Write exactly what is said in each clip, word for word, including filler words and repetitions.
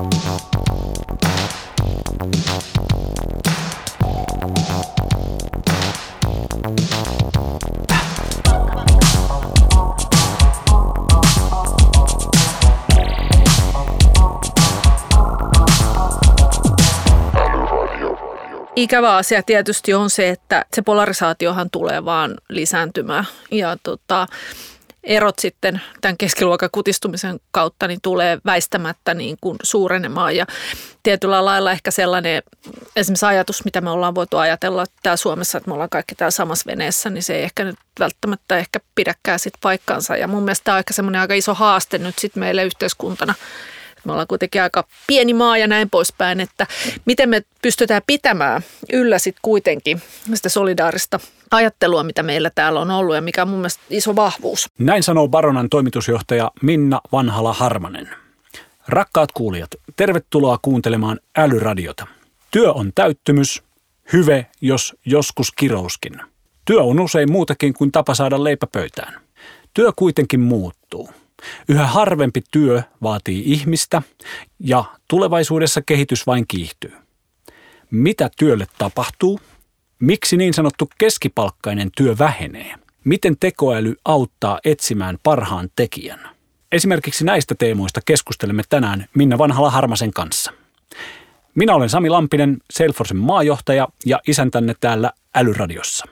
Ikävä asia tietysti on se, että se polarisaatiohan tulee vaan lisääntymään ja tota, erot sitten tämän keskiluokan kutistumisen kautta niin tulee väistämättä niin kuin suurenemaan ja tietyllä lailla ehkä sellainen esimerkiksi ajatus, mitä me ollaan voitu ajatella täällä Suomessa, että me ollaan kaikki täällä samassa veneessä, niin se ei ehkä nyt välttämättä ehkä pidäkään sit paikkansa ja mun mielestä tämä on ehkä semmoinen aika iso haaste nyt sitten meille yhteiskuntana. Me ollaan kuitenkin aika pieni maa ja näin poispäin, että miten me pystytään pitämään yllä sitten kuitenkin sitä solidaarista ajattelua, mitä meillä täällä on ollut ja mikä on mun mielestä iso vahvuus. Näin sanoo Baronan toimitusjohtaja Minna Vanhala-Harmanen. Rakkaat kuulijat, tervetuloa kuuntelemaan Älyradiota. Työ on täyttymys, hyve, jos joskus kirouskin. Työ on usein muutakin kuin tapa saada leipä pöytään. Työ kuitenkin muuttuu. Yhä harvempi työ vaatii ihmistä ja tulevaisuudessa kehitys vain kiihtyy. Mitä työlle tapahtuu? Miksi niin sanottu keskipalkkainen työ vähenee? Miten tekoäly auttaa etsimään parhaan tekijän? Esimerkiksi näistä teemoista keskustelemme tänään Minna Vanhala-Harmasen kanssa. Minä olen Sami Lampinen, Salesforcen maajohtaja ja isäntänne täällä Älyradiossa.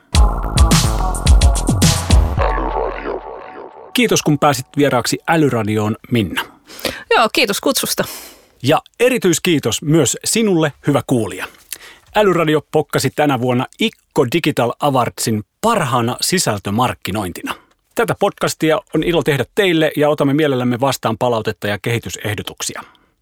Kiitos, kun pääsit vieraaksi Älyradioon, Minna. Joo, kiitos kutsusta. Ja erityiskiitos myös sinulle, hyvä kuulija. Älyradio pokkasi tänä vuonna Ikko Digital Awardsin parhaana sisältömarkkinointina. Tätä podcastia on ilo tehdä teille ja otamme mielellämme vastaan palautetta ja kehitysehdotuksia.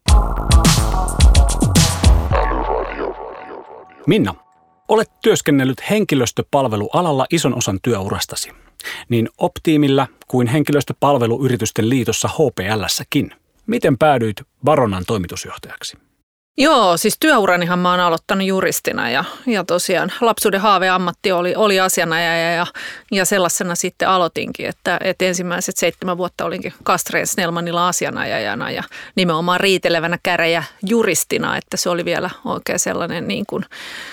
Minna, olet työskennellyt henkilöstöpalvelualalla ison osan työurastasi. Niin Optimilla kuin henkilöstöpalveluyritysten liitossa H P L:ssäkin. Miten päädyit Baronan toimitusjohtajaksi? Joo, siis työuranihan mä oon aloittanut juristina ja, ja tosiaan lapsuuden haaveammatti oli, oli asianajaja ja, ja sellaisena sitten aloitinkin, että, että ensimmäiset seitsemän vuotta olinkin Castrén Snellmanilla asianajajana ja nimenomaan riitelevänä käräjä juristina, että se oli vielä oikein sellainen niin kuin,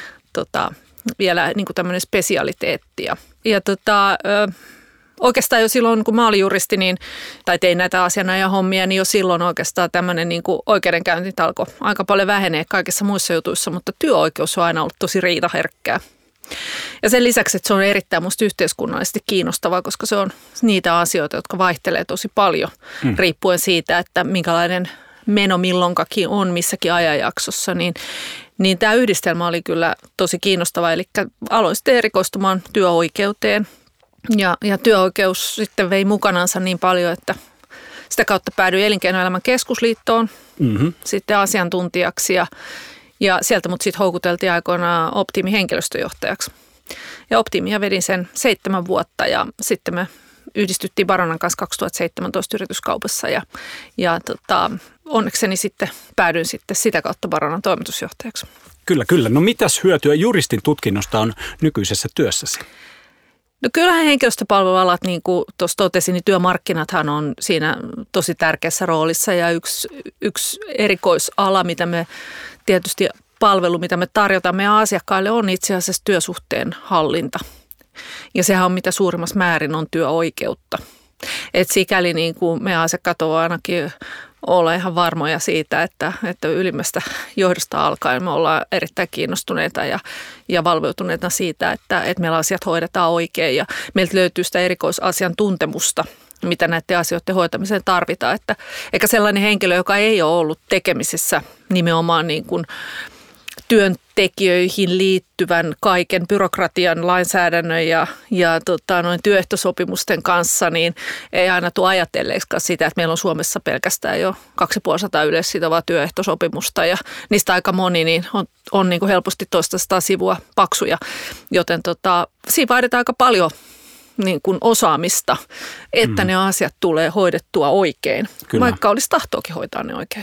tota, vielä niin kuin tämmöinen spesialiteetti ja, ja tota, ö, oikeastaan jo silloin, kun mä olin juristi, niin, tai tein näitä asianajahommia, niin jo silloin oikeastaan tämmöinen niin kuin oikeudenkäynti alkoi aika paljon vähenee kaikissa muissa jutuissa, mutta työoikeus on aina ollut tosi riitaherkkää. Ja sen lisäksi, että se on erittäin musta yhteiskunnallisesti kiinnostavaa, koska se on niitä asioita, jotka vaihtelee tosi paljon, hmm. riippuen siitä, että minkälainen meno milloinkakin on missäkin ajanjaksossa, niin Niin tämä yhdistelmä oli kyllä tosi kiinnostava, eli aloin sitten erikoistumaan työoikeuteen ja, ja työoikeus sitten vei mukanansa niin paljon, että sitä kautta päädyin Elinkeinoelämän keskusliittoon mm-hmm. sitten asiantuntijaksi ja, ja sieltä mut sitten houkuteltiin aikoinaan Optimin henkilöstöjohtajaksi. Ja Optimia vedin sen seitsemän vuotta ja sitten me yhdistyttiin Baronan kanssa kaksituhattaseitsemäntoista yrityskaupassa ja, ja tota, onnekseni sitten päädyin sitten sitä kautta Baronan toimitusjohtajaksi. Kyllä, kyllä. No mitäs hyötyä juristin tutkinnosta on nykyisessä työssäsi? No kyllähän henkilöstöpalvelualat, niin kuin tuossa totesin, niin työmarkkinathan on siinä tosi tärkeässä roolissa ja yksi, yksi erikoisala, mitä me tietysti palvelu, mitä me tarjotaan meidän asiakkaille on itse asiassa työsuhteen hallinta. Ja sehän on mitä suurimmassa määrin on työoikeutta. Et sikäli niin kuin meidän asiakkaat on ainakin olla ihan varmoja siitä, että, että ylimmästä johdosta alkaen me ollaan erittäin kiinnostuneita ja, ja valveutuneita siitä, että, että meillä asiat hoidetaan oikein ja meiltä löytyy sitä erikoisasiantuntemusta, mitä näiden asioiden hoitamiseen tarvitaan. Että, eikä sellainen henkilö, joka ei ole ollut tekemisessä nimenomaan niin kuin työntekijöihin liittyvän kaiken byrokratian, lainsäädännön ja, ja tota, noin työehtosopimusten kanssa, niin ei aina tule ajatelleeksikaan sitä, että meillä on Suomessa pelkästään jo kaksisataaviisikymmentä yleissitovaa työehtosopimusta ja niistä aika moni niin on, on niin kuin helposti toistasataa sivua paksuja, joten tota, siinä vaaditaan aika paljon niin kuin osaamista, että mm. ne asiat tulee hoidettua oikein, Kyllä. vaikka olisi tahtoakin hoitaa ne oikein.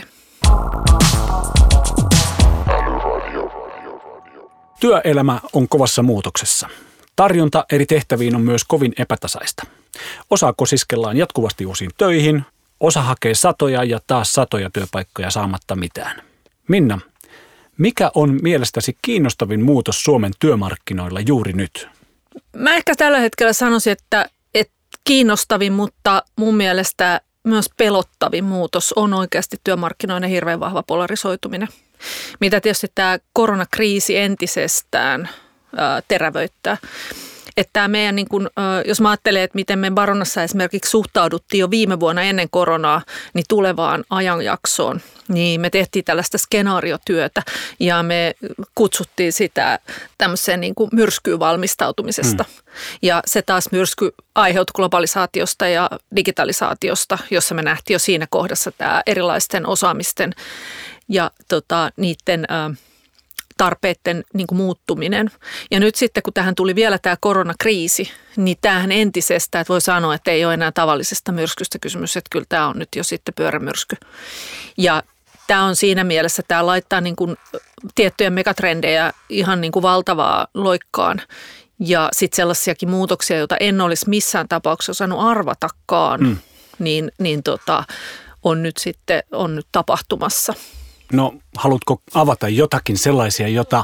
Työelämä on kovassa muutoksessa. Tarjonta eri tehtäviin on myös kovin epätasaista. Osa kosiskellaan jatkuvasti uusiin töihin, Osa hakee satoja ja taas satoja työpaikkoja saamatta mitään. Minna, mikä on mielestäsi kiinnostavin muutos Suomen työmarkkinoilla juuri nyt? Mä ehkä tällä hetkellä sanoisin, että, että kiinnostavin, mutta mun mielestä myös pelottavin muutos on oikeasti työmarkkinoiden hirveän vahva polarisoituminen, mitä tietysti tämä koronakriisi entisestään ää, terävöittää. Että tämä meidän, niin kun, jos mä ajattelen, että miten me Baronassa esimerkiksi suhtauduttiin jo viime vuonna ennen koronaa, niin tulevaan ajanjaksoon, niin me tehtiin tällaista skenaariotyötä ja me kutsuttiin sitä tämmöiseen niin kuin myrskyyn valmistautumisesta. Mm. Ja se taas myrsky aiheutui globalisaatiosta ja digitalisaatiosta, jossa me nähtiin jo siinä kohdassa tämä erilaisten osaamisten ja tota, niiden Äh, tarpeiden niin kuin muuttuminen. Ja nyt sitten, kun tähän tuli vielä tämä koronakriisi, niin tämähän entisestään, että voi sanoa, että ei ole enää tavallisesta myrskystä kysymys, että kyllä tämä on nyt jo sitten pyörämyrsky. Ja tämä on siinä mielessä, tämä laittaa niin kuin tiettyjä megatrendejä ihan niin kuin valtavaa loikkaan. Ja sitten sellaisiakin muutoksia, joita en olisi missään tapauksessa osannut arvatakaan, mm. niin, niin tota, on nyt sitten on nyt tapahtumassa. No, haluatko avata jotakin sellaisia, jota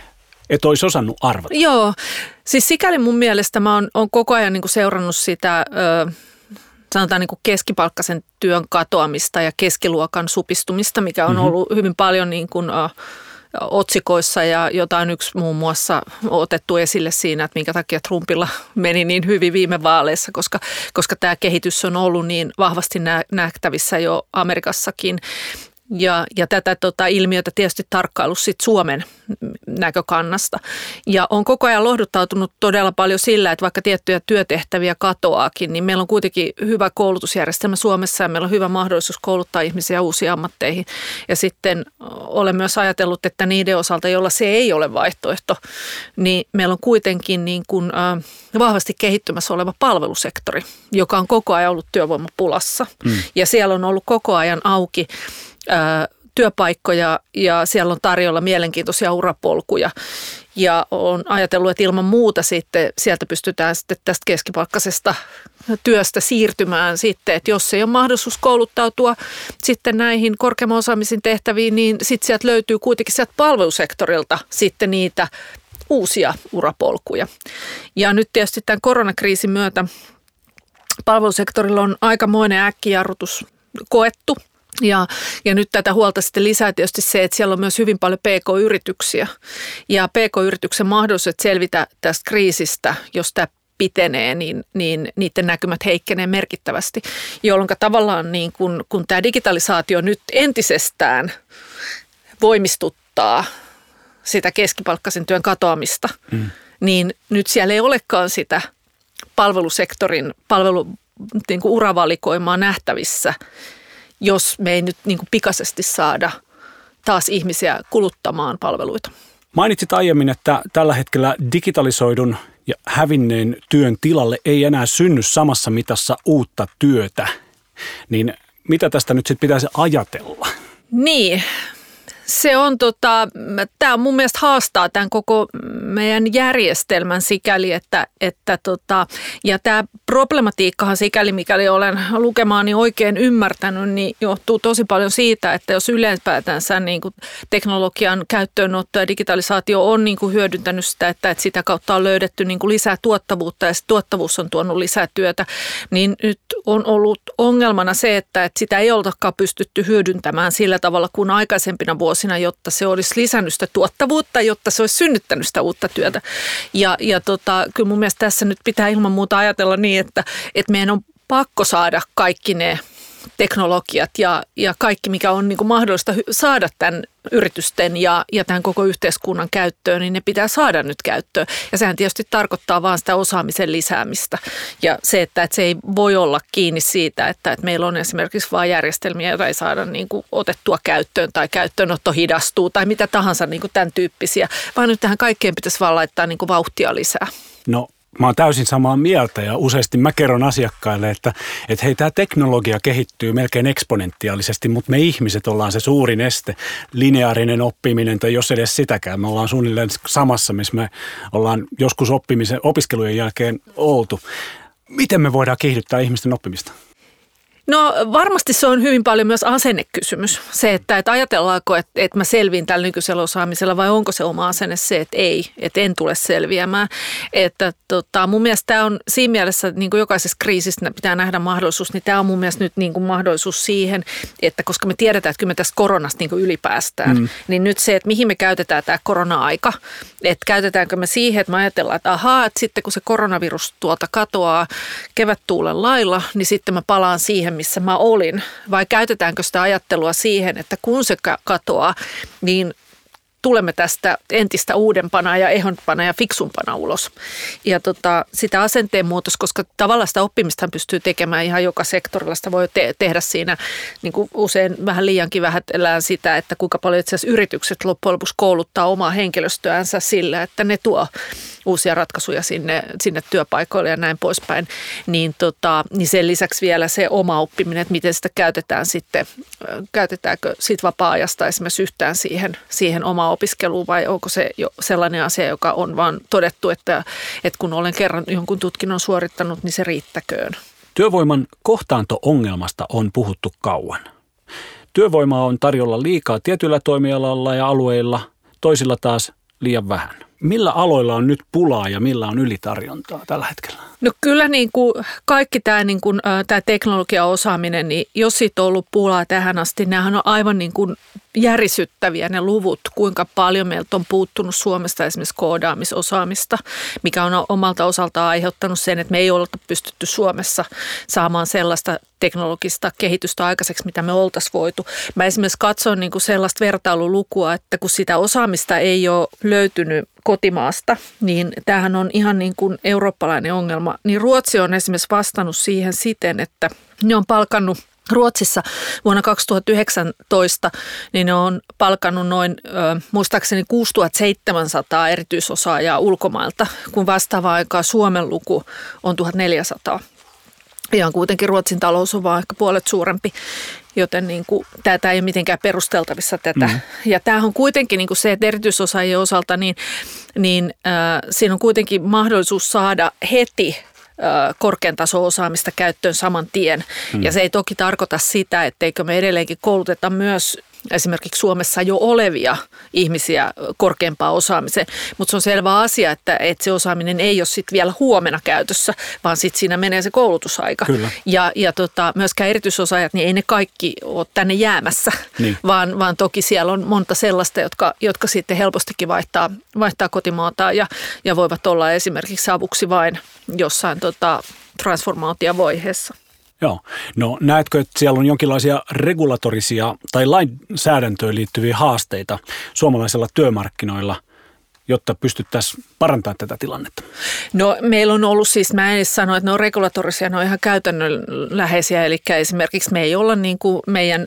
et olisi osannut arvata? Joo, siis sikäli mun mielestä mä oon, oon koko ajan niin kuin seurannut sitä, ö, sanotaan niin kuin keskipalkkaisen työn katoamista ja keskiluokan supistumista, mikä on mm-hmm. ollut hyvin paljon niin kuin, ö, otsikoissa ja jotain yksi muun muassa otettu esille siinä, että minkä takia Trumpilla meni niin hyvin viime vaaleissa, koska, koska tämä kehitys on ollut niin vahvasti nähtävissä jo Amerikassakin. Ja, ja tätä tota, ilmiötä tietysti tarkkaillut sit Suomen näkökannasta. Ja on koko ajan lohduttautunut todella paljon sillä, että vaikka tiettyjä työtehtäviä katoaakin, niin meillä on kuitenkin hyvä koulutusjärjestelmä Suomessa ja meillä on hyvä mahdollisuus kouluttaa ihmisiä uusiin ammatteihin. Ja sitten olen myös ajatellut, että niiden osalta, jolla se ei ole vaihtoehto, niin meillä on kuitenkin niin kuin, äh, vahvasti kehittymässä oleva palvelusektori, joka on koko ajan ollut työvoimapulassa. Mm. Ja siellä on ollut koko ajan auki työpaikkoja ja siellä on tarjolla mielenkiintoisia urapolkuja. Ja olen ajatellut, että ilman muuta sitten sieltä pystytään sitten tästä keskipalkkaisesta työstä siirtymään sitten, että jos ei ole mahdollisuus kouluttautua sitten näihin korkeamman osaamisen tehtäviin, niin sitten sieltä löytyy kuitenkin sieltä palvelusektorilta sitten niitä uusia urapolkuja. Ja nyt tietysti tämän koronakriisin myötä palvelusektorilla on aikamoinen äkkijarrutus koettu. Ja, ja nyt tätä huolta sitten lisää tietysti se, että siellä on myös hyvin paljon P K-yrityksiä ja P K-yrityksen mahdollisuudet selvitä tästä kriisistä, jos tämä pitenee, niin, niin niiden näkymät heikkenee merkittävästi, jolloin tavallaan niin kun, kun tämä digitalisaatio nyt entisestään voimistuttaa sitä keskipalkkaisen työn katoamista, mm. niin nyt siellä ei olekaan sitä palvelusektorin palvelu, niin kuin uravalikoimaa nähtävissä, jos me ei nyt niin kuin pikaisesti saada taas ihmisiä kuluttamaan palveluita. Mainitsit aiemmin, että tällä hetkellä digitalisoidun ja hävinneen työn tilalle ei enää synny samassa mitassa uutta työtä. Niin mitä tästä nyt sitten pitäisi ajatella? Niin, se on tota, tämä mun mielestä haastaa tämän koko meidän järjestelmän sikäli, että, että tota, ja tämä problematiikkahan sikäli, mikäli olen lukemaani oikein ymmärtänyt, niin johtuu tosi paljon siitä, että jos ylipäätänsä niin kuin teknologian käyttöönotto ja digitalisaatio on niin kuin hyödyntänyt sitä, että, että sitä kautta on löydetty niin kuin lisää tuottavuutta ja tuottavuus on tuonut lisää työtä, niin nyt on ollut ongelmana se, että, että sitä ei oltakaan pystytty hyödyntämään sillä tavalla kuin aikaisempina vuosina, jotta se olisi lisännyt sitä tuottavuutta, jotta se olisi synnyttänyt sitä uutta työtä. Ja, ja tota, kyllä mun mielestä tässä nyt pitää ilman muuta ajatella niin, että, että meidän on pakko saada kaikki ne teknologiat ja, ja kaikki, mikä on niin kuin mahdollista saada tämän yritysten ja, ja tämän koko yhteiskunnan käyttöön, niin ne pitää saada nyt käyttöön. Ja sehän tietysti tarkoittaa vaan sitä osaamisen lisäämistä. Ja se, että, että se ei voi olla kiinni siitä, että, että meillä on esimerkiksi vain järjestelmiä, joita ei saada niin kuin otettua käyttöön tai käyttöönotto hidastuu tai mitä tahansa niin kuin tämän tyyppisiä, vaan nyt tähän kaikkeen pitäisi vaan laittaa niin kuin vauhtia lisää. No. Mä oon täysin samaa mieltä ja useasti mä kerron asiakkaille, että, että hei, tämä teknologia kehittyy melkein eksponentiaalisesti, mutta me ihmiset ollaan se suurin este, lineaarinen oppiminen tai jos edes sitäkään. Me ollaan suunnilleen samassa, missä me ollaan joskus oppimisen, opiskelujen jälkeen oltu. Miten me voidaan kiihdyttää ihmisten oppimista? No varmasti se on hyvin paljon myös asennekysymys. Se, että, että ajatellaanko, että, että mä selviin tällä nykyisellä osaamisella vai onko se oma asenne se, että ei, että en tule selviämään. Että tota, mun mielestä tämä on siinä mielessä, niin kuin jokaisessa kriisissä pitää nähdä mahdollisuus, niin tämä on mun mielestä nyt niin kuin mahdollisuus siihen, että koska me tiedetään, että kyllä me tästä koronasta niin kuin ylipäästään, mm. niin nyt se, että mihin me käytetään tämä korona-aika, että käytetäänkö me siihen, että me ajatellaan, että ahaa, että sitten kun se koronavirus tuolta katoaa kevättuulen lailla, niin sitten mä palaan siihen, missä mä olin. Vai käytetäänkö sitä ajattelua siihen, että kun se katoaa, niin tulemme tästä entistä uudempana ja ehompana ja fiksumpana ulos. Ja tota, sitä asenteen muutos, koska tavallaan sitä oppimista pystyy tekemään ihan joka sektorilla. Sitä voi te- tehdä siinä niin kuin usein vähän liiankin vähätellään sitä, että kuinka paljon itse asiassa yritykset loppujen lopuksi kouluttaa omaa henkilöstöänsä sillä, että ne tuo uusia ratkaisuja sinne, sinne työpaikoille ja näin poispäin. Niin, tota, niin sen lisäksi vielä se oma oppiminen, että miten sitä käytetään sitten, käytetäänkö siitä vapaa-ajasta esimerkiksi yhtään siihen, siihen omaan opiskeluun vai onko se jo sellainen asia, joka on vaan todettu, että, että kun olen kerran jonkun tutkinnon suorittanut, niin se riittäköön. Työvoiman kohtaanto-ongelmasta on puhuttu kauan. Työvoimaa on tarjolla liikaa tietyillä toimialalla ja alueilla, toisilla taas liian vähän. Millä aloilla on nyt pulaa ja millä on ylitarjontaa tällä hetkellä? No kyllä niin kuin kaikki tämä, niin kuin, tämä teknologiaosaaminen, niin jos siitä on ollut pulaa tähän asti, nämähän on aivan niin kuin järisyttäviä ne luvut, kuinka paljon meiltä on puuttunut Suomesta esimerkiksi koodaamisosaamista, mikä on omalta osaltaan aiheuttanut sen, että me ei olla pystytty Suomessa saamaan sellaista teknologista kehitystä aikaiseksi, mitä me oltaisiin voitu. Mä esimerkiksi katson niin kuin sellaista vertailulukua, että kun sitä osaamista ei ole löytynyt kotimaasta, niin tämähän on ihan niin kuin eurooppalainen ongelma. Niin Ruotsi on esimerkiksi vastannut siihen siten, että ne on palkannut Ruotsissa vuonna kaksituhattayhdeksäntoista, niin ne on palkannut noin ö, muistaakseni kuusituhattaseitsemänsataa erityisosaajaa ulkomailta, kun vastaavaan aikaan Suomen luku on tuhatneljäsataa. Ja kuitenkin Ruotsin talous on vaan ehkä puolet suurempi, joten niin kuin, tätä ei ole mitenkään perusteltavissa tätä. Mm. Ja tämähän on kuitenkin niin kuin se, että erityisosaajien osalta, niin, niin äh, siinä on kuitenkin mahdollisuus saada heti korkean tason osaamista käyttöön saman tien. Mm. Ja se ei toki tarkoita sitä, etteikö me edelleenkin kouluteta myös esimerkiksi Suomessa jo olevia ihmisiä korkeampaan osaamiseen. Mutta se on selvä asia, että, että se osaaminen ei ole sitten vielä huomenna käytössä, vaan sitten siinä menee se koulutusaika. Kyllä. Ja, ja tota, myöskään erityisosaajat, niin ei ne kaikki ole tänne jäämässä, niin. vaan, vaan toki siellä on monta sellaista, jotka, jotka sitten helpostikin vaihtaa, vaihtaa kotimaataan ja, ja voivat olla esimerkiksi avuksi vain jossain tota, transformaatiovaiheessa. Joo. No näetkö, että siellä on jonkinlaisia regulatorisia tai lainsäädäntöön liittyviä haasteita suomalaisilla työmarkkinoilla, jotta pystyttäisiin parantamaan tätä tilannetta? No meillä on ollut siis, mä en sano, että ne on regulatorisia, ne on ihan käytännönläheisiä, eli esimerkiksi me ei olla niin kuin meidän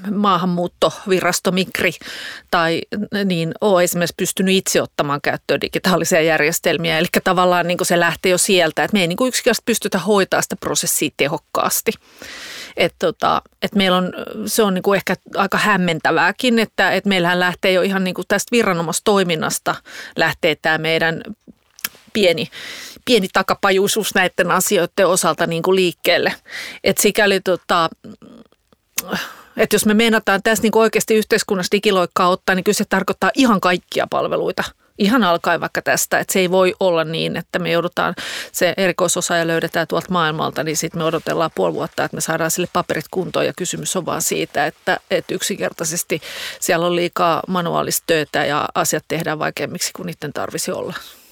maahanmuuttovirasto Migri tai niin ole esimerkiksi pystynyt itse ottamaan käyttöön digitaalisia järjestelmiä, eli tavallaan niin kuin se lähtee jo sieltä, että me ei niin kuin yksinkertaisesti pystytä hoitaa sitä prosessia tehokkaasti. Että tota, et meillä on, se on niinku ehkä aika hämmentävääkin, että et meillähän lähtee jo ihan niinku tästä viranomaistoiminnasta lähtee tämä meidän pieni, pieni takapajuisuus näiden asioiden osalta niinku liikkeelle. Että sikäli tota, että jos me meinataan tässä niinku oikeasti yhteiskunnassa digiloikkaa ottaa, niin kyllä se tarkoittaa ihan kaikkia palveluita. Ihan alkaen vaikka tästä, että se ei voi olla niin, että me joudutaan, se erikoisosaaja löydetään tuolta maailmalta, niin sitten me odotellaan puoli vuotta, että me saadaan sille paperit kuntoon ja kysymys on vaan siitä, että, että yksinkertaisesti siellä on liikaa manuaalista työtä ja asiat tehdään vaikeammiksi kuin niiden tarvisi olla.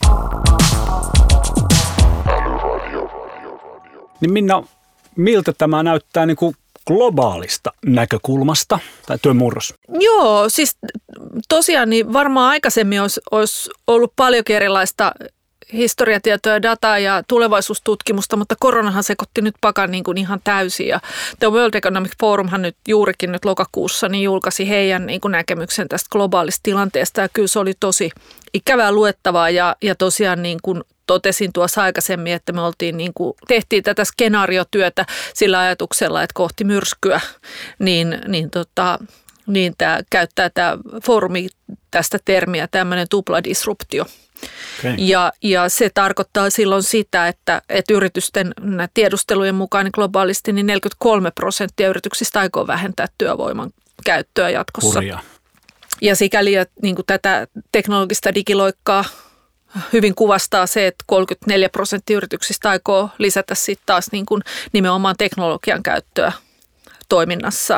Niin Minna, miltä tämä näyttää niin kuin globaalista näkökulmasta tai työn murros? Joo, siis tosiaan niin varmaan aikaisemmin olisi, olisi ollut paljonkin erilaista historiatietoa, dataa ja tulevaisuustutkimusta, mutta koronahan sekoitti nyt pakan niin kuin ihan täysin. Ja The World Economic Forumhan nyt juurikin nyt lokakuussa niin julkaisi heidän niin kuin näkemyksen tästä globaalista tilanteesta ja kyllä se oli tosi ikävää luettavaa ja, ja tosiaan niin kuin totesin tuossa aikaisemmin, että me oltiin niin kuin, tehtiin tätä skenaariotyötä sillä ajatuksella, että kohti myrskyä, niin, niin tota, niin tämä käyttää tämä foorumi tästä termiä tämmöinen tupladisruptio. Okay. Ja, ja se tarkoittaa silloin sitä, että, että yritysten tiedustelujen mukaan niin globaalisti niin neljäkymmentäkolme prosenttia yrityksistä aikoo vähentää työvoiman käyttöä jatkossa. Hurjaa. Ja sikäli, että niin kuin tätä teknologista digiloikkaa hyvin kuvastaa se, että kolmekymmentäneljä prosenttia yrityksistä aikoo lisätä sitten taas niin kuin nimenomaan teknologian käyttöä toiminnassa.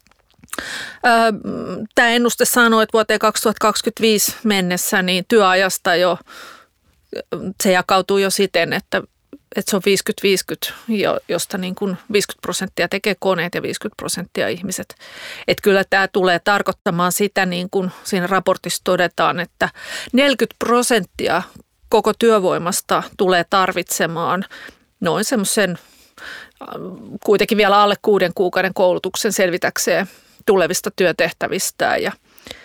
Tämä ennuste sanoo, että vuoteen kaksituhattakaksikymmentäviisi mennessä niin työajasta jo, se jakautuu jo siten, että, että se on viisikymmentä viisikymmentä, josta niin kuin viisikymmentä prosenttia tekee koneet ja viisikymmentä prosenttia ihmiset. Että kyllä tämä tulee tarkoittamaan sitä, niin kuin siinä raportissa todetaan, että neljäkymmentä prosenttia koko työvoimasta tulee tarvitsemaan noin semmoisen kuitenkin vielä alle kuuden kuukauden koulutuksen selvitäkseen tulevista työtehtävistään ja,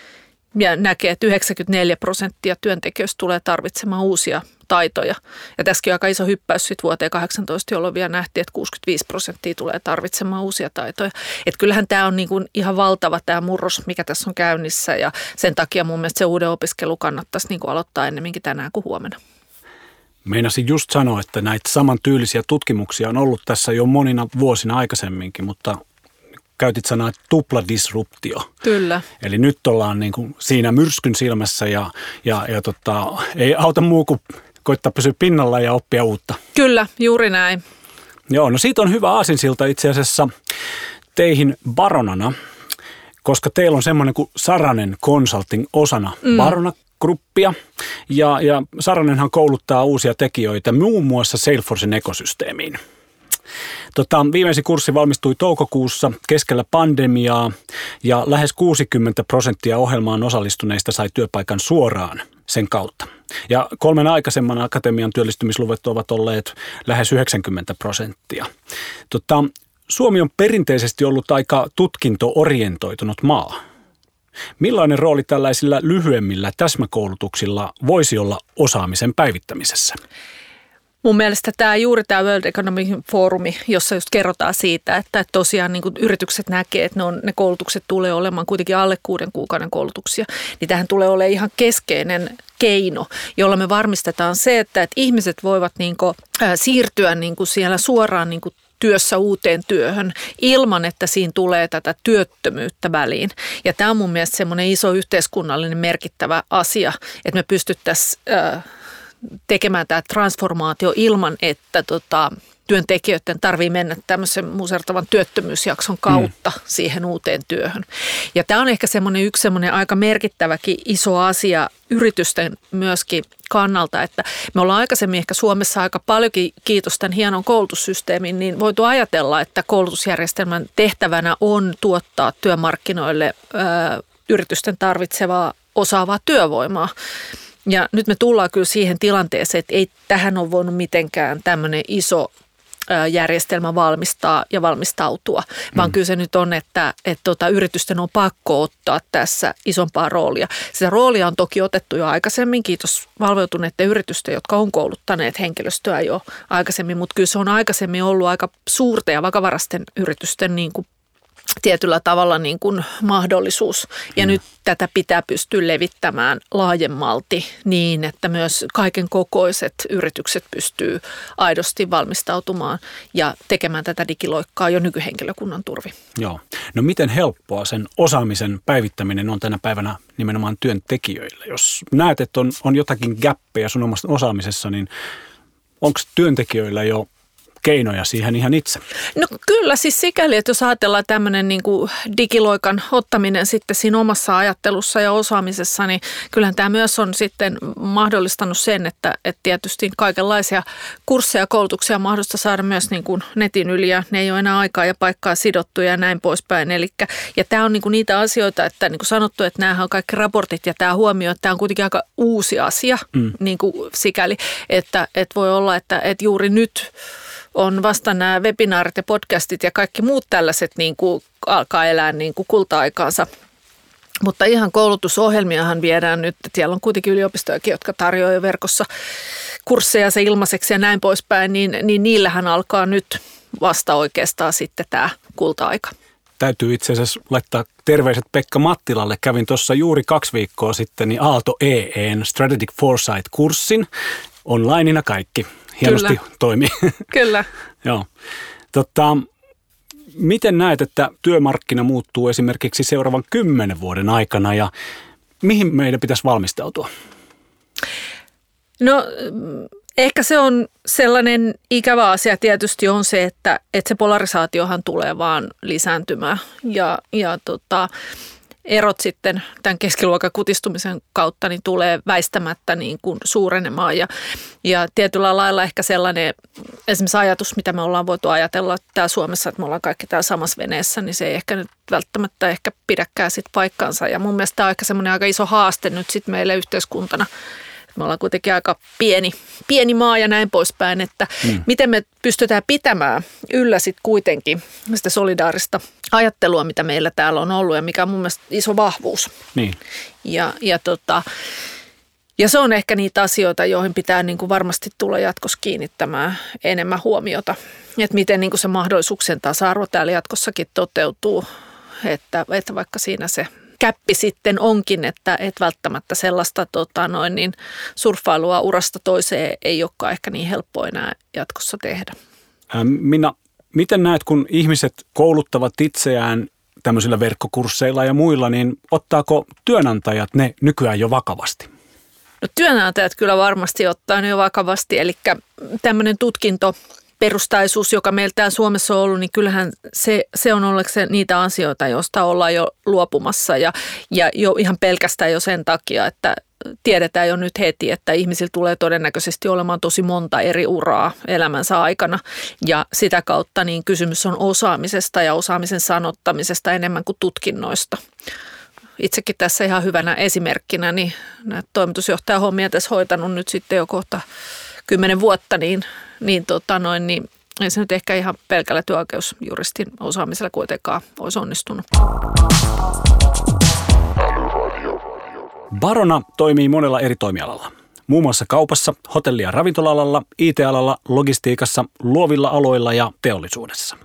ja näkee, että yhdeksänkymmentäneljä prosenttia työntekijöistä tulee tarvitsemaan uusia taitoja. Ja tässäkin on aika iso hyppäys sitten vuoteen kahdeksantoista, jolloin vielä nähtiin, että kuusikymmentäviisi prosenttia tulee tarvitsemaan uusia taitoja. Että kyllähän tämä on niin kuin ihan valtava tämä murros, mikä tässä on käynnissä ja sen takia mun mielestä se uuden opiskelu kannattaisi niin kuin aloittaa ennemminkin tänään kuin huomenna. Meinasin just sanoa, että näitä samantyylisiä tutkimuksia on ollut tässä jo monina vuosina aikaisemminkin, mutta käytit sanaa tupladisruptio. Kyllä. Eli nyt ollaan niin kuin siinä myrskyn silmässä ja, ja, ja tota, ei auta muu kuin koittaa pysyä pinnalla ja oppia uutta. Kyllä, juuri näin. Joo, no siitä on hyvä aasinsilta itse asiassa teihin Baronana, koska teillä on semmoinen kuin Saranen Consulting osana mm. Barona gruppia. Ja, ja Saranenhan kouluttaa uusia tekijöitä muun muassa Salesforcen ekosysteemiin. Tota, viimeisin kurssi valmistui toukokuussa keskellä pandemiaa ja lähes kuusikymmentä prosenttia ohjelmaan osallistuneista sai työpaikan suoraan sen kautta. Ja kolmen aikaisemman akatemian työllistymisluvut ovat olleet lähes yhdeksänkymmentä prosenttia. Tota, Suomi on perinteisesti ollut aika tutkinto-orientoitunut maa. Millainen rooli tällaisilla lyhyemmillä täsmäkoulutuksilla voisi olla osaamisen päivittämisessä? Mun mielestä tämä juuri tämä World Economic Forumi, jossa just kerrotaan siitä, että tosiaan niin kuin yritykset näkee, että ne, on, ne koulutukset tulee olemaan kuitenkin alle kuuden kuukauden koulutuksia, niin tähän tulee olemaan ihan keskeinen keino, jolla me varmistetaan se, että, että ihmiset voivat niin kuin, äh, siirtyä niin kuin siellä suoraan niin kuin työssä uuteen työhön ilman, että siinä tulee tätä työttömyyttä väliin. Ja tämä on mun mielestä semmoinen iso yhteiskunnallinen merkittävä asia, että me pystyttäisiin äh, tekemään tämä transformaatio ilman, että tota, työntekijöiden tarvitsee mennä tämmöisen musertavan työttömyysjakson kautta mm. siihen uuteen työhön. Ja tämä on ehkä semmoinen yksi semmoinen aika merkittäväkin iso asia yritysten myöskin kannalta, että me ollaan aikaisemmin ehkä Suomessa aika paljonkin, kiitos tämän hienon koulutussysteemin, niin voitu ajatella, että koulutusjärjestelmän tehtävänä on tuottaa työmarkkinoille ö, yritysten tarvitsevaa osaavaa työvoimaa. Ja nyt me tullaan kyllä siihen tilanteeseen, että ei tähän ole voinut mitenkään tämmöinen iso järjestelmä valmistaa ja valmistautua, vaan mm. kyllä se nyt on, että, että tota, yritysten on pakko ottaa tässä isompaa roolia. Sitä roolia on toki otettu jo aikaisemmin, kiitos valveutuneiden yritysten, jotka on kouluttaneet henkilöstöä jo aikaisemmin, mutta kyllä se on aikaisemmin ollut aika suurten ja vakavaraisten yritysten niin kuin tietyllä tavalla niin kuin mahdollisuus. Ja mm. nyt tätä pitää pystyä levittämään laajemmalti niin, että myös kaiken kokoiset yritykset pystyy aidosti valmistautumaan ja tekemään tätä digiloikkaa jo nykyhenkilökunnan turvi. Joo. No miten helppoa sen osaamisen päivittäminen on tänä päivänä nimenomaan työntekijöille? Jos näet, että on, on jotakin gäppejä sun omassa osaamisessa, niin onko työntekijöillä jo keinoja siihen ihan itse? No kyllä siis sikäli, että jos ajatellaan tämmöinen niin kuin digiloikan ottaminen sitten siinä omassa ajattelussa ja osaamisessa, niin kyllähän tämä myös on sitten mahdollistanut sen, että, että tietysti kaikenlaisia kursseja ja koulutuksia on mahdollista saada myös niin kuin netin yli ja ne ei ole enää aikaa ja paikkaa sidottuja ja näin poispäin. Elikkä, ja tämä on niin kuin niitä asioita, että niin kuin sanottu, että nämähän on kaikki raportit ja tämä huomio, että tämä on kuitenkin aika uusi asia mm. niin kuin sikäli, että, että voi olla, että, että juuri nyt on vasta nämä webinaarit ja podcastit ja kaikki muut tällaiset niin kuin alkaa elää niin kuin kulta-aikaansa. Mutta ihan koulutusohjelmiahan viedään nyt, että siellä on kuitenkin yliopistojakin, jotka tarjoaa jo verkossa kursseja se ilmaiseksi ja näin poispäin, niin, niin niillähän alkaa nyt vasta oikeastaan sitten tämä kulta-aika. täytyy itse asiassa laittaa terveiset Pekka Mattilalle. Kävin tuossa juuri kaksi viikkoa sitten niin Aalto E E:n Strategic Foresight-kurssin. Onlineina kaikki. Hienosti Kyllä. toimii. Kyllä. Joo. Tota, miten näet, että työmarkkina muuttuu esimerkiksi seuraavan kymmenen vuoden aikana ja mihin meidän pitäisi valmistautua? No ehkä se on sellainen ikävä asia tietysti on se, että, että se polarisaatiohan tulee vaan lisääntymään ja, ja tota, erot sitten tämän keskiluokan kutistumisen kautta niin tulee väistämättä niin kuin suurenemaan ja, ja tietyllä lailla ehkä sellainen esimerkiksi ajatus, mitä me ollaan voitu ajatella täällä Suomessa, että me ollaan kaikki täällä samassa veneessä, niin se ei ehkä nyt välttämättä ehkä pidäkään sit paikkansa ja mun mielestä tämä on ehkä semmoinen aika iso haaste nyt sitten meille yhteiskuntana. Me ollaan kuitenkin aika pieni, pieni maa ja näin poispäin, että mm. miten me pystytään pitämään yllä sitten kuitenkin sitä solidaarista ajattelua, mitä meillä täällä on ollut ja mikä on mun mielestä iso vahvuus. Niin. Ja, ja, tota, ja se on ehkä niitä asioita, joihin pitää niin kuin varmasti tulla jatkossa kiinnittämään enemmän huomiota. Että miten niin kuin se mahdollisuuksien tasa-arvo täällä jatkossakin toteutuu, että, että vaikka siinä se käppi sitten onkin, että et välttämättä sellaista tota, noin niin surffailua urasta toiseen ei olekaan ehkä niin helppo enää jatkossa tehdä. Minna, miten näet, kun ihmiset kouluttavat itseään tämmöisillä verkkokursseilla ja muilla, niin ottaako työnantajat ne nykyään jo vakavasti? No työnantajat kyllä varmasti ottaa ne jo vakavasti, eli tämmöinen tutkinto, perustaisuus, joka meillä täällä Suomessa on ollut, niin kyllähän se, se on ollut se niitä asioita, joista ollaan jo luopumassa ja, ja jo ihan pelkästään jo sen takia, että tiedetään jo nyt heti, että ihmisillä tulee todennäköisesti olemaan tosi monta eri uraa elämänsä aikana ja sitä kautta niin kysymys on osaamisesta ja osaamisen sanottamisesta enemmän kuin tutkinnoista. Itsekin tässä ihan hyvänä esimerkkinä, niin näitä toimitusjohtajahommia tässä hoitanut nyt sitten jo kohta kymmenen vuotta, niin Niin, tota noin, niin ei se nyt ehkä ihan pelkällä työoikeusjuristin osaamisella kuitenkaan olisi onnistunut. Barona toimii monella eri toimialalla. Muun muassa kaupassa, hotelli- ja ravintola-alalla, I T-alalla, logistiikassa, luovilla aloilla ja teollisuudessa.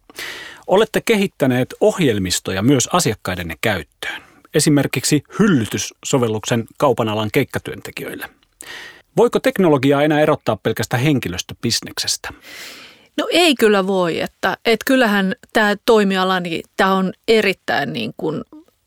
Olette kehittäneet ohjelmistoja myös asiakkaidenne käyttöön. Esimerkiksi hyllytyssovelluksen kaupan alan keikkatyöntekijöille. Voiko teknologiaa enää erottaa pelkästään henkilöstöbisneksestä? No ei kyllä voi, että, että kyllähän tämä toimiala, niin tämä on erittäin niin kuin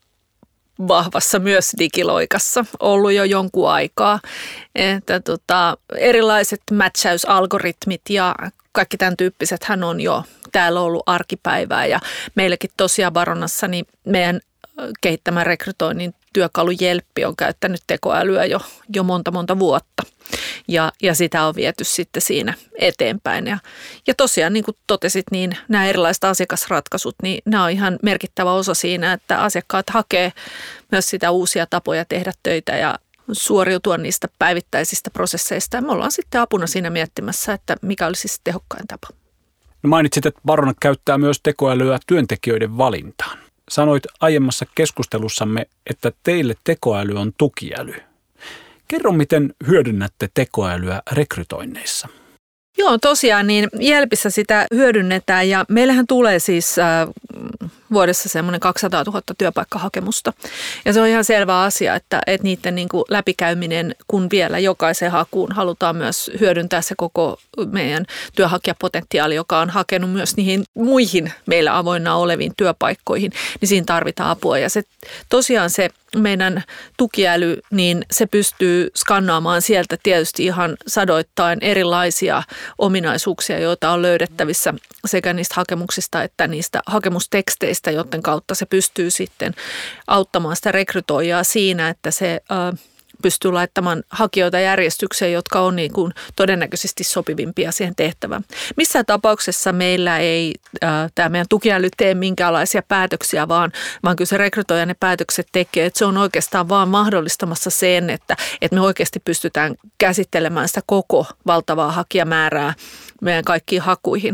vahvassa myös digiloikassa ollut jo jonkun aikaa. Että tota, erilaiset matchausalgoritmit ja kaikki tämän tyyppiset hän on jo täällä ollut arkipäivää ja meilläkin tosiaan Baronassa niin meidän kehittämän rekrytoinnin työkalu Jelppi on käyttänyt tekoälyä jo, jo monta monta vuotta ja, ja sitä on viety sitten siinä eteenpäin. Ja, ja tosiaan niin kuin totesit, niin nämä erilaiset asiakasratkaisut, niin nämä on ihan merkittävä osa siinä, että asiakkaat hakee myös sitä uusia tapoja tehdä töitä ja suoriutua niistä päivittäisistä prosesseista. Ja me ollaan sitten apuna siinä miettimässä, että mikä olisi siis tehokkain tapa. No mainitsit, että Barona käyttää myös tekoälyä työntekijöiden valintaan. Sanoit aiemmassa keskustelussamme, että teille tekoäly on tukiäly. Kerro, miten hyödynnätte tekoälyä rekrytoinneissa? Joo, tosiaan niin Jelpissä sitä hyödynnetään ja meillähän tulee siis äh, vuodessa semmoinen kaksisataatuhatta työpaikkahakemusta. Ja se on ihan selvä asia, että, että niiden niin kuin läpikäyminen, kun vielä jokaisen hakuun halutaan myös hyödyntää se koko meidän työnhakijapotentiaali, joka on hakenut myös niihin muihin meillä avoinna oleviin työpaikkoihin, niin siinä tarvitaan apua. Ja se tosiaan se meidän tukiäly, niin se pystyy skannaamaan sieltä tietysti ihan sadoittain erilaisia ominaisuuksia, joita on löydettävissä sekä niistä hakemuksista että niistä hakemusteksteistä, joiden kautta se pystyy sitten auttamaan sitä rekrytoijaa siinä, että se äh, pystyy laittamaan hakijoita järjestykseen, jotka on niin kuin todennäköisesti sopivimpia siihen tehtävään. Missään tapauksessa meillä ei äh, tämä meidän tukiäly tee minkäänlaisia päätöksiä, vaan, vaan kyllä se rekrytoija ne päätökset tekee. Että se on oikeastaan vaan mahdollistamassa sen, että, että me oikeasti pystytään käsittelemään sitä koko valtavaa hakijamäärää meidän kaikkiin hakuihin.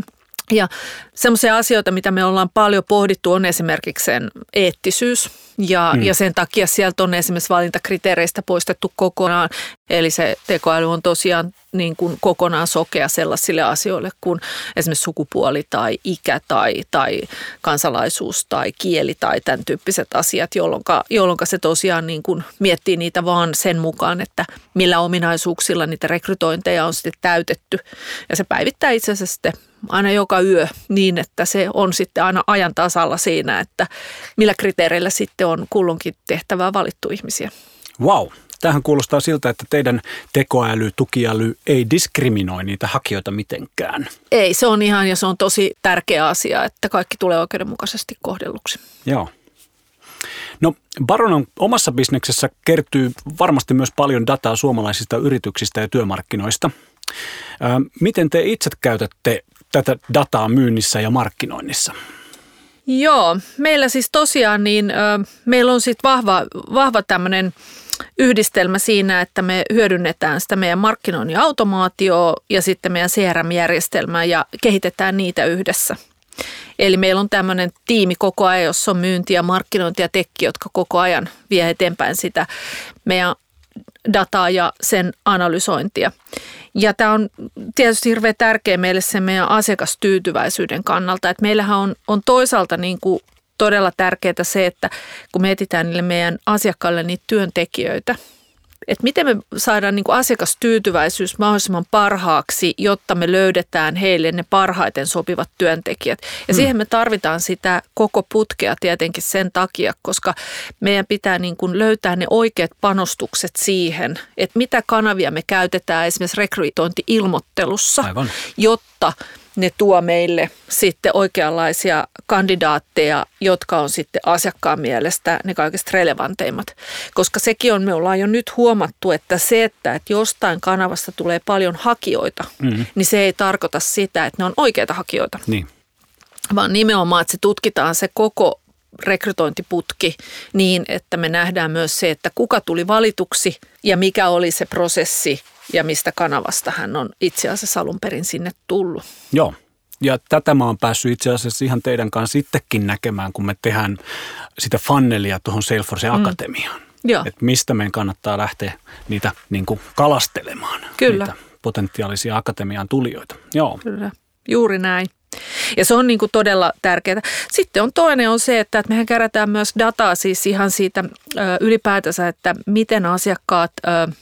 Ja semmoisia asioita, mitä me ollaan paljon pohdittu, on esimerkiksi sen eettisyys. Ja, mm. ja sen takia sieltä on esimerkiksi valintakriteereistä poistettu kokonaan. Eli se tekoäly on tosiaan niin kuin kokonaan sokea sellaisille asioille kuin esimerkiksi sukupuoli tai ikä tai, tai kansalaisuus tai kieli tai tämän tyyppiset asiat, jolloin, jolloin se tosiaan niin kuin miettii niitä vaan sen mukaan, että millä ominaisuuksilla niitä rekrytointeja on sitten täytetty. Ja se päivittää itse asiassa sitten aina joka yö niin, että se on sitten aina ajan tasalla siinä, että millä kriteereillä sitten on kulloinkin tehtävää valittu ihmisiä. Vau, wow. Tämähän kuulostaa siltä, että teidän tekoäly, tukiäly ei diskriminoi niitä hakijoita mitenkään. Ei, se on ihan ja se on tosi tärkeä asia, että kaikki tulee oikeudenmukaisesti kohdelluksi. Joo. No Baronan omassa bisneksessä kertyy varmasti myös paljon dataa suomalaisista yrityksistä ja työmarkkinoista. Ää, miten te itse käytätte tätä dataa myynnissä ja markkinoinnissa? Joo, meillä siis tosiaan niin, ö, meillä on sitten vahva, vahva tämmöinen yhdistelmä siinä, että me hyödynnetään sitä meidän markkinoinnin automaatioa ja sitten meidän C R M-järjestelmää ja kehitetään niitä yhdessä. Eli meillä on tämmöinen tiimi koko ajan, jossa on myynti ja markkinointi ja tekki, jotka koko ajan vie eteenpäin sitä meidän dataa ja sen analysointia. Ja tämä on tietysti hirveän tärkeä meille sen meidän asiakastyytyväisyyden kannalta, että meillähän on, on toisaalta niin kuin todella tärkeää se, että kun me etsitään niille meidän asiakkaille niitä työntekijöitä, että miten me saadaan niin kuin asiakastyytyväisyys mahdollisimman parhaaksi, jotta me löydetään heille ne parhaiten sopivat työntekijät. Ja siihen me tarvitaan sitä koko putkea tietenkin sen takia, koska meidän pitää niin kuin löytää ne oikeat panostukset siihen, että mitä kanavia me käytetään esimerkiksi rekrytointi-ilmoittelussa, aivan, jotta ne tuo meille sitten oikeanlaisia kandidaatteja, jotka on sitten asiakkaan mielestä ne kaikista relevanteimmat. Koska sekin on, me ollaan jo nyt huomattu, että se, että, että jostain kanavasta tulee paljon hakijoita, mm-hmm. niin se ei tarkoita sitä, että ne on oikeita hakijoita. Niin. Vaan nimenomaan, että se tutkitaan se koko rekrytointiputki niin, että me nähdään myös se, että kuka tuli valituksi ja mikä oli se prosessi ja mistä kanavasta hän on itse asiassa alun perin sinne tullut. Joo, ja tätä mä oon päässyt itse asiassa ihan teidän kanssa itsekin näkemään, kun me tehdään sitä funnelia tuohon Salesforce Akatemiaan. Mm. Että mistä meidän kannattaa lähteä niitä niin kuin kalastelemaan, Kyllä. niitä potentiaalisia akatemiaan tulijoita. Joo. Kyllä, juuri näin. Ja se on niin kuin todella tärkeää. Sitten on toinen on se, että mehän kerätään myös dataa siis ihan siitä ö, ylipäätänsä, että miten asiakkaat ö,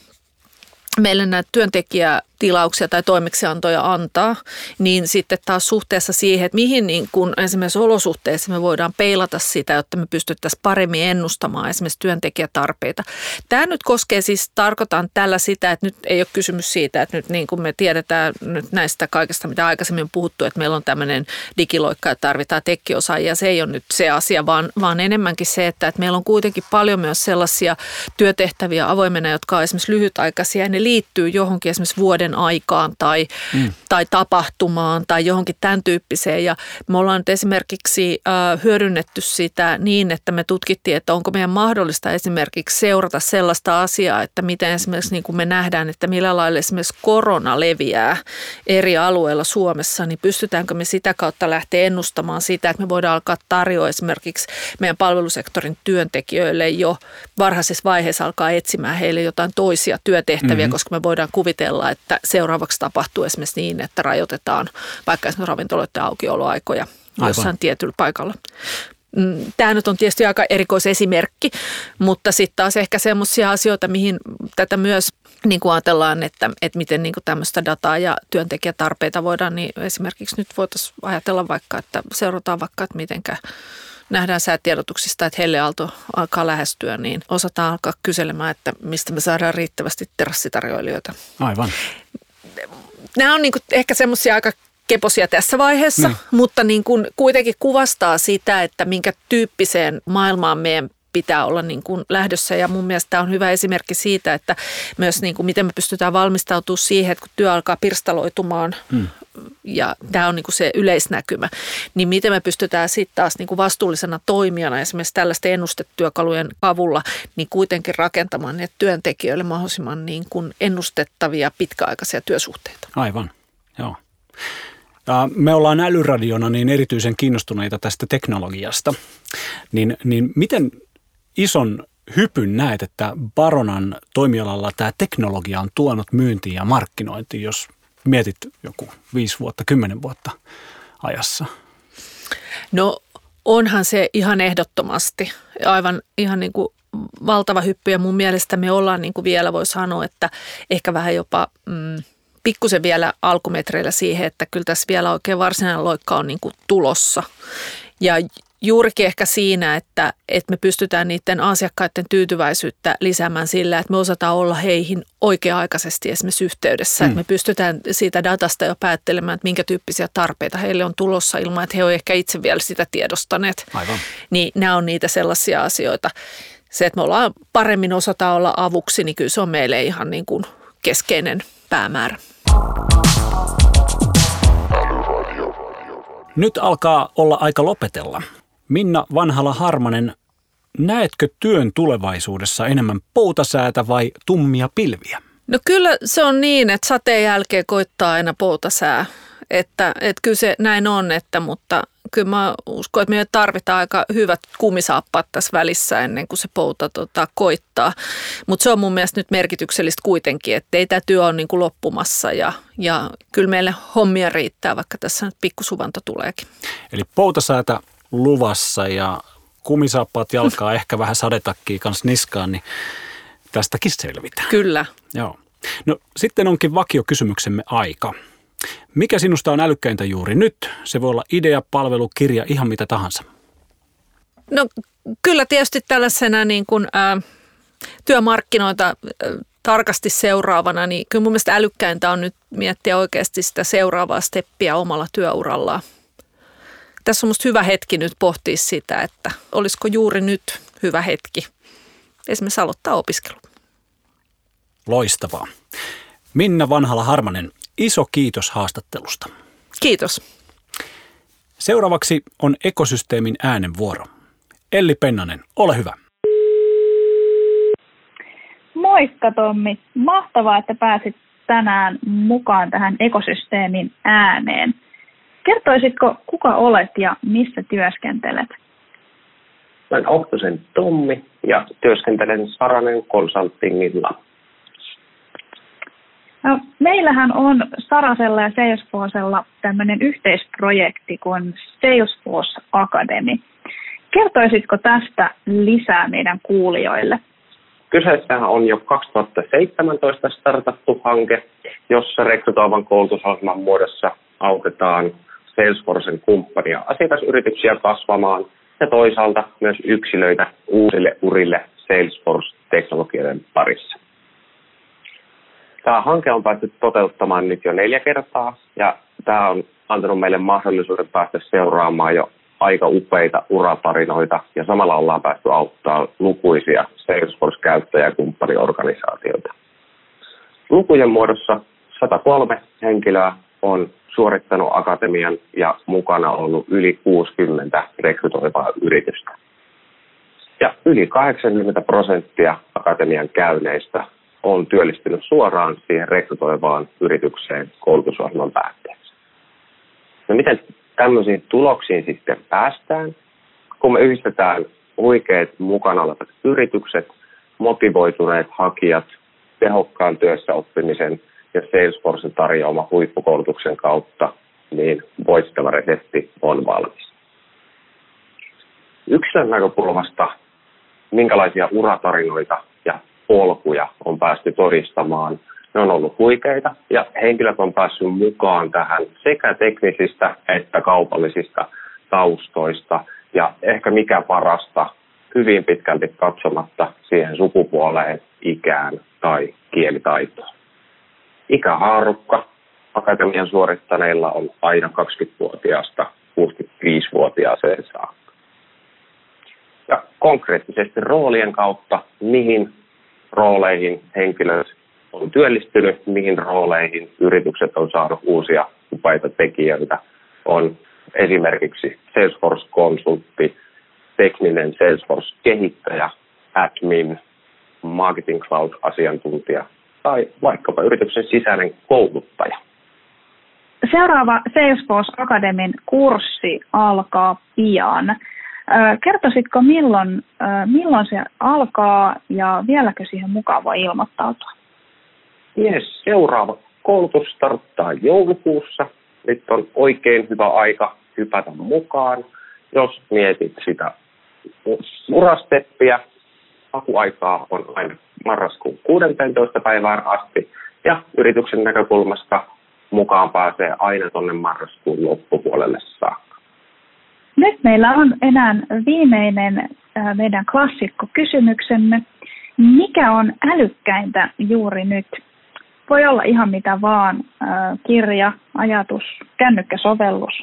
meille näitä työntekijätilauksia tai toimeksiantoja antaa, niin sitten taas suhteessa siihen, että mihin niin kun esimerkiksi olosuhteissa me voidaan peilata sitä, jotta me pystyttäisiin paremmin ennustamaan esimerkiksi työntekijätarpeita. Tämä nyt koskee siis, tarkoitan tällä sitä, että nyt ei ole kysymys siitä, että nyt niin kuin me tiedetään nyt näistä kaikesta, mitä aikaisemmin on puhuttu, että meillä on tämmöinen digiloikka, että tarvitaan tekkiosaajia. Se ei ole nyt se asia, vaan, vaan enemmänkin se, että, että meillä on kuitenkin paljon myös sellaisia työtehtäviä avoimena, jotka on esimerkiksi lyhytaikaisia ja ne liittyy johonkin esimerkiksi vuoden aikaan tai, mm. tai tapahtumaan tai johonkin tämän tyyppiseen. Ja me ollaan nyt esimerkiksi äh, hyödynnetty sitä niin, että me tutkittiin, että onko meidän mahdollista esimerkiksi seurata sellaista asiaa, että miten esimerkiksi niin kuin me nähdään, että millä lailla esimerkiksi korona leviää eri alueilla Suomessa, niin pystytäänkö me sitä kautta lähteä ennustamaan sitä, että me voidaan alkaa tarjoa esimerkiksi meidän palvelusektorin työntekijöille jo varhaisessa vaiheessa alkaa etsimään heille jotain toisia työtehtäviä, mm-hmm. koska me voidaan kuvitella, että seuraavaksi tapahtuu esimerkiksi niin, että rajoitetaan vaikka esimerkiksi ravintoloiden aukioloaikoja Aivan. jossain tietyllä paikalla. Tämä nyt on tietysti aika erikoisesimerkki, mutta sitten taas ehkä semmoisia asioita, mihin tätä myös niin kuin ajatellaan, että, että miten niin kuin tämmöistä dataa ja työntekijätarpeita voidaan, niin esimerkiksi nyt voitaisiin ajatella vaikka, että seurataan vaikka, että mitenkä nähdään säätiedotuksista, että helleaalto alkaa lähestyä, niin osataan alkaa kyselemään, että mistä me saadaan riittävästi terassitarjoilijoita. Aivan. Nämä on niin kuin ehkä semmoisia aika keposia tässä vaiheessa, mm. mutta niin kuin kuitenkin kuvastaa sitä, että minkä tyyppiseen maailmaan meidän pitää olla niin kuin lähdössä. Ja mun mielestä tämä on hyvä esimerkki siitä, että myös niin kuin miten me pystytään valmistautumaan siihen, että kun työ alkaa pirstaloitumaan, mm. ja tämä on niin kuin se yleisnäkymä, niin miten me pystytään sitten taas niin kuin vastuullisena toimijana esimerkiksi tällaisten ennustetyökalujen avulla, niin kuitenkin rakentamaan ne työntekijöille mahdollisimman niin kuin ennustettavia pitkäaikaisia työsuhteita. Aivan, joo. Me ollaan Älyradiona niin erityisen kiinnostuneita tästä teknologiasta. Niin, niin miten ison hypyn näet, että Baronan toimialalla tämä teknologia on tuonut myyntiin ja markkinointiin, jos mietit joku viisi vuotta, kymmenen vuotta ajassa? No onhan se ihan ehdottomasti aivan ihan niin kuin valtava hyppy ja mun mielestä me ollaan niin kuin vielä voi sanoa, että ehkä vähän jopa mm, pikkusen vielä alkumetreillä siihen, että kyllä tässä vielä oikein varsinainen loikka on niin kuin tulossa. Ja juurikin ehkä siinä, että, että me pystytään niiden asiakkaiden tyytyväisyyttä lisäämään sillä, että me osataan olla heihin oikea-aikaisesti esimerkiksi yhteydessä. Mm. Että me pystytään siitä datasta jo päättelemään, että minkä tyyppisiä tarpeita heille on tulossa ilman, että he ovat ehkä itse vielä sitä tiedostaneet. Aivan. Niin nämä on niitä sellaisia asioita. Se, että me ollaan paremmin osataan olla avuksi, niin kyllä se on meille ihan niin kuin keskeinen päämäärä. Nyt alkaa olla aika lopetella. Minna Vanhala-Harmanen, näetkö työn tulevaisuudessa enemmän poutasäätä vai tummia pilviä? No kyllä se on niin, että sateen jälkeen koittaa aina poutasää. Että, että kyllä se näin on, että, mutta kyllä mä uskon, että me tarvitaan aika hyvät kumisaappaat tässä välissä ennen kuin se pouta tota, koittaa. Mutta se on mun mielestä nyt merkityksellistä kuitenkin, että ei tämä työ ole niin kuin loppumassa ja, ja kyllä meille hommia riittää, vaikka tässä nyt pikkusuvanto tuleekin. Eli poutasäätä luvassa ja kumisaappaat jalkaa, ehkä vähän sadetakkiä kanssa niskaan, niin tästäkin selvitään. Kyllä. Joo. No sitten onkin vakiokysymyksemme aika. Mikä sinusta on älykkäintä juuri nyt? Se voi olla idea, palvelu, kirja, ihan mitä tahansa. No kyllä tietysti tällaisena niin kuin, ä, työmarkkinoita ä, tarkasti seuraavana, niin kyllä mun mielestä älykkäintä on nyt miettiä oikeasti sitä seuraavaa steppiä omalla työurallaan. Tässä on musta hyvä hetki nyt pohtia sitä, että olisiko juuri nyt hyvä hetki esimerkiksi aloittaa opiskelu. Loistavaa. Minna Vanhala-Harmanen, iso kiitos haastattelusta. Kiitos. Seuraavaksi on ekosysteemin äänen vuoro. Elli Pennanen, ole hyvä. Moikka Tommi. Mahtavaa, että pääsit tänään mukaan tähän ekosysteemin ääneen. Kertoisitko, kuka olet ja missä työskentelet? Olen Ohtosen Tommi ja työskentelen Saranen Consultingilla. No, meillähän on Sarasella ja Salesforcella tämmöinen yhteisprojekti kuin Salesforce Academy. Kertoisitko tästä lisää meidän kuulijoille? Kyseessähän on jo kaksituhattaseitsemäntoista startattu hanke, jossa rekrytoivan koulutusohjelman muodossa autetaan Salesforcen kumppania asiakasyrityksiä kasvamaan ja toisaalta myös yksilöitä uusille urille Salesforce-teknologioiden parissa. Tämä hanke on päästy toteuttamaan nyt jo neljä kertaa ja tämä on antanut meille mahdollisuuden päästä seuraamaan jo aika upeita uratarinoita ja samalla ollaan päästy auttaa lukuisia Salesforce-käyttäjä- ja kumppaniorganisaatioita. Lukujen muodossa sata kolme henkilöä on suorittanut akatemian ja mukana ollut yli kuusikymmentä rekrytoivaa yritystä. Ja yli kahdeksankymmentä prosenttia akatemian käyneistä on työllistynyt suoraan siihen rekrytoivaan yritykseen koulutusohjelman päätteeksi. No miten tämmöisiin tuloksiin sitten päästään, kun me yhdistetään oikeat mukana olevat yritykset, motivoituneet hakijat, tehokkaan työssä oppimisen ja Salesforcen tarjoama huippukoulutuksen kautta, niin voittava resepti on valmis. Yksilön näkökulmasta, minkälaisia uratarinoita ja polkuja on päästy todistamaan. Ne on ollut huikeita ja henkilöt on päässyt mukaan tähän sekä teknisistä että kaupallisista taustoista ja ehkä mikä parasta, hyvin pitkälti katsomatta siihen sukupuoleen, ikään tai kielitaitoon. Ikähaarukka akatemian suorittaneilla on aina kaksikymmentävuotiaasta kuusikymmentäviisivuotiaaseen saakka. Ja konkreettisesti roolien kautta, mihin rooleihin henkilöt on työllistynyt, mihin rooleihin yritykset on saanut uusia upeita tekijöitä, on esimerkiksi Salesforce-konsultti, tekninen Salesforce-kehittäjä, admin, marketing cloud-asiantuntija tai vaikkapa yrityksen sisäinen kouluttaja. Seuraava Salesforce Academyn kurssi alkaa pian. Kertoisitko, milloin, milloin se alkaa ja vieläkö siihen mukaan voi ilmoittautua? Yes, seuraava koulutus starttaa joulukuussa. Nyt on oikein hyvä aika hypätä mukaan. Jos mietit sitä urasteppiä, hakuaikaa on aina marraskuun kuudenteentoista päivään asti ja yrityksen näkökulmasta mukaan pääsee aina tuonne marraskuun loppupuolelle saakka. Nyt meillä on enää viimeinen äh, meidän klassikkokysymyksemme. Mikä on älykkäintä juuri nyt? Voi olla ihan mitä vaan, äh, kirja, ajatus, kännykkäsovellus.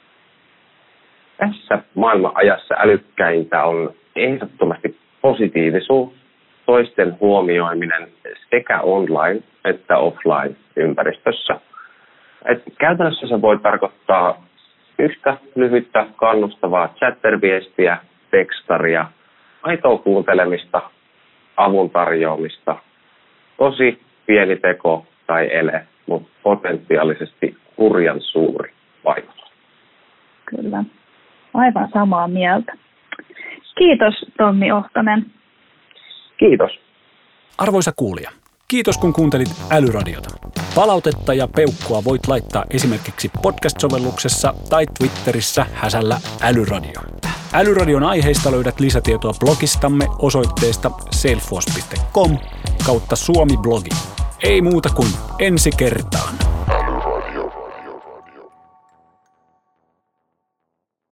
Tässä maailman ajassa älykkäintä on ehdottomasti positiivisuus, toisten huomioiminen sekä online että offline ympäristössä. Et käytännössä se voi tarkoittaa yhtä lyhyttä kannustavaa chatterviestiä, tekstaria, aitoa kuuntelemista, avun tarjoamista, tosi pieni teko tai ele, mutta potentiaalisesti hurjan suuri vaikutus. Kyllä, aivan samaa mieltä. Kiitos Tommi Ohtonen. Kiitos. Arvoisa kuulija, kiitos kun kuuntelit Älyradiota. Palautetta ja peukkua voit laittaa esimerkiksi podcast-sovelluksessa tai Twitterissä häsällä Älyradio. Älyradion aiheista löydät lisätietoa blogistamme osoitteesta salesforce piste com kautta Suomi-blogi. Ei muuta kuin ensi kertaan.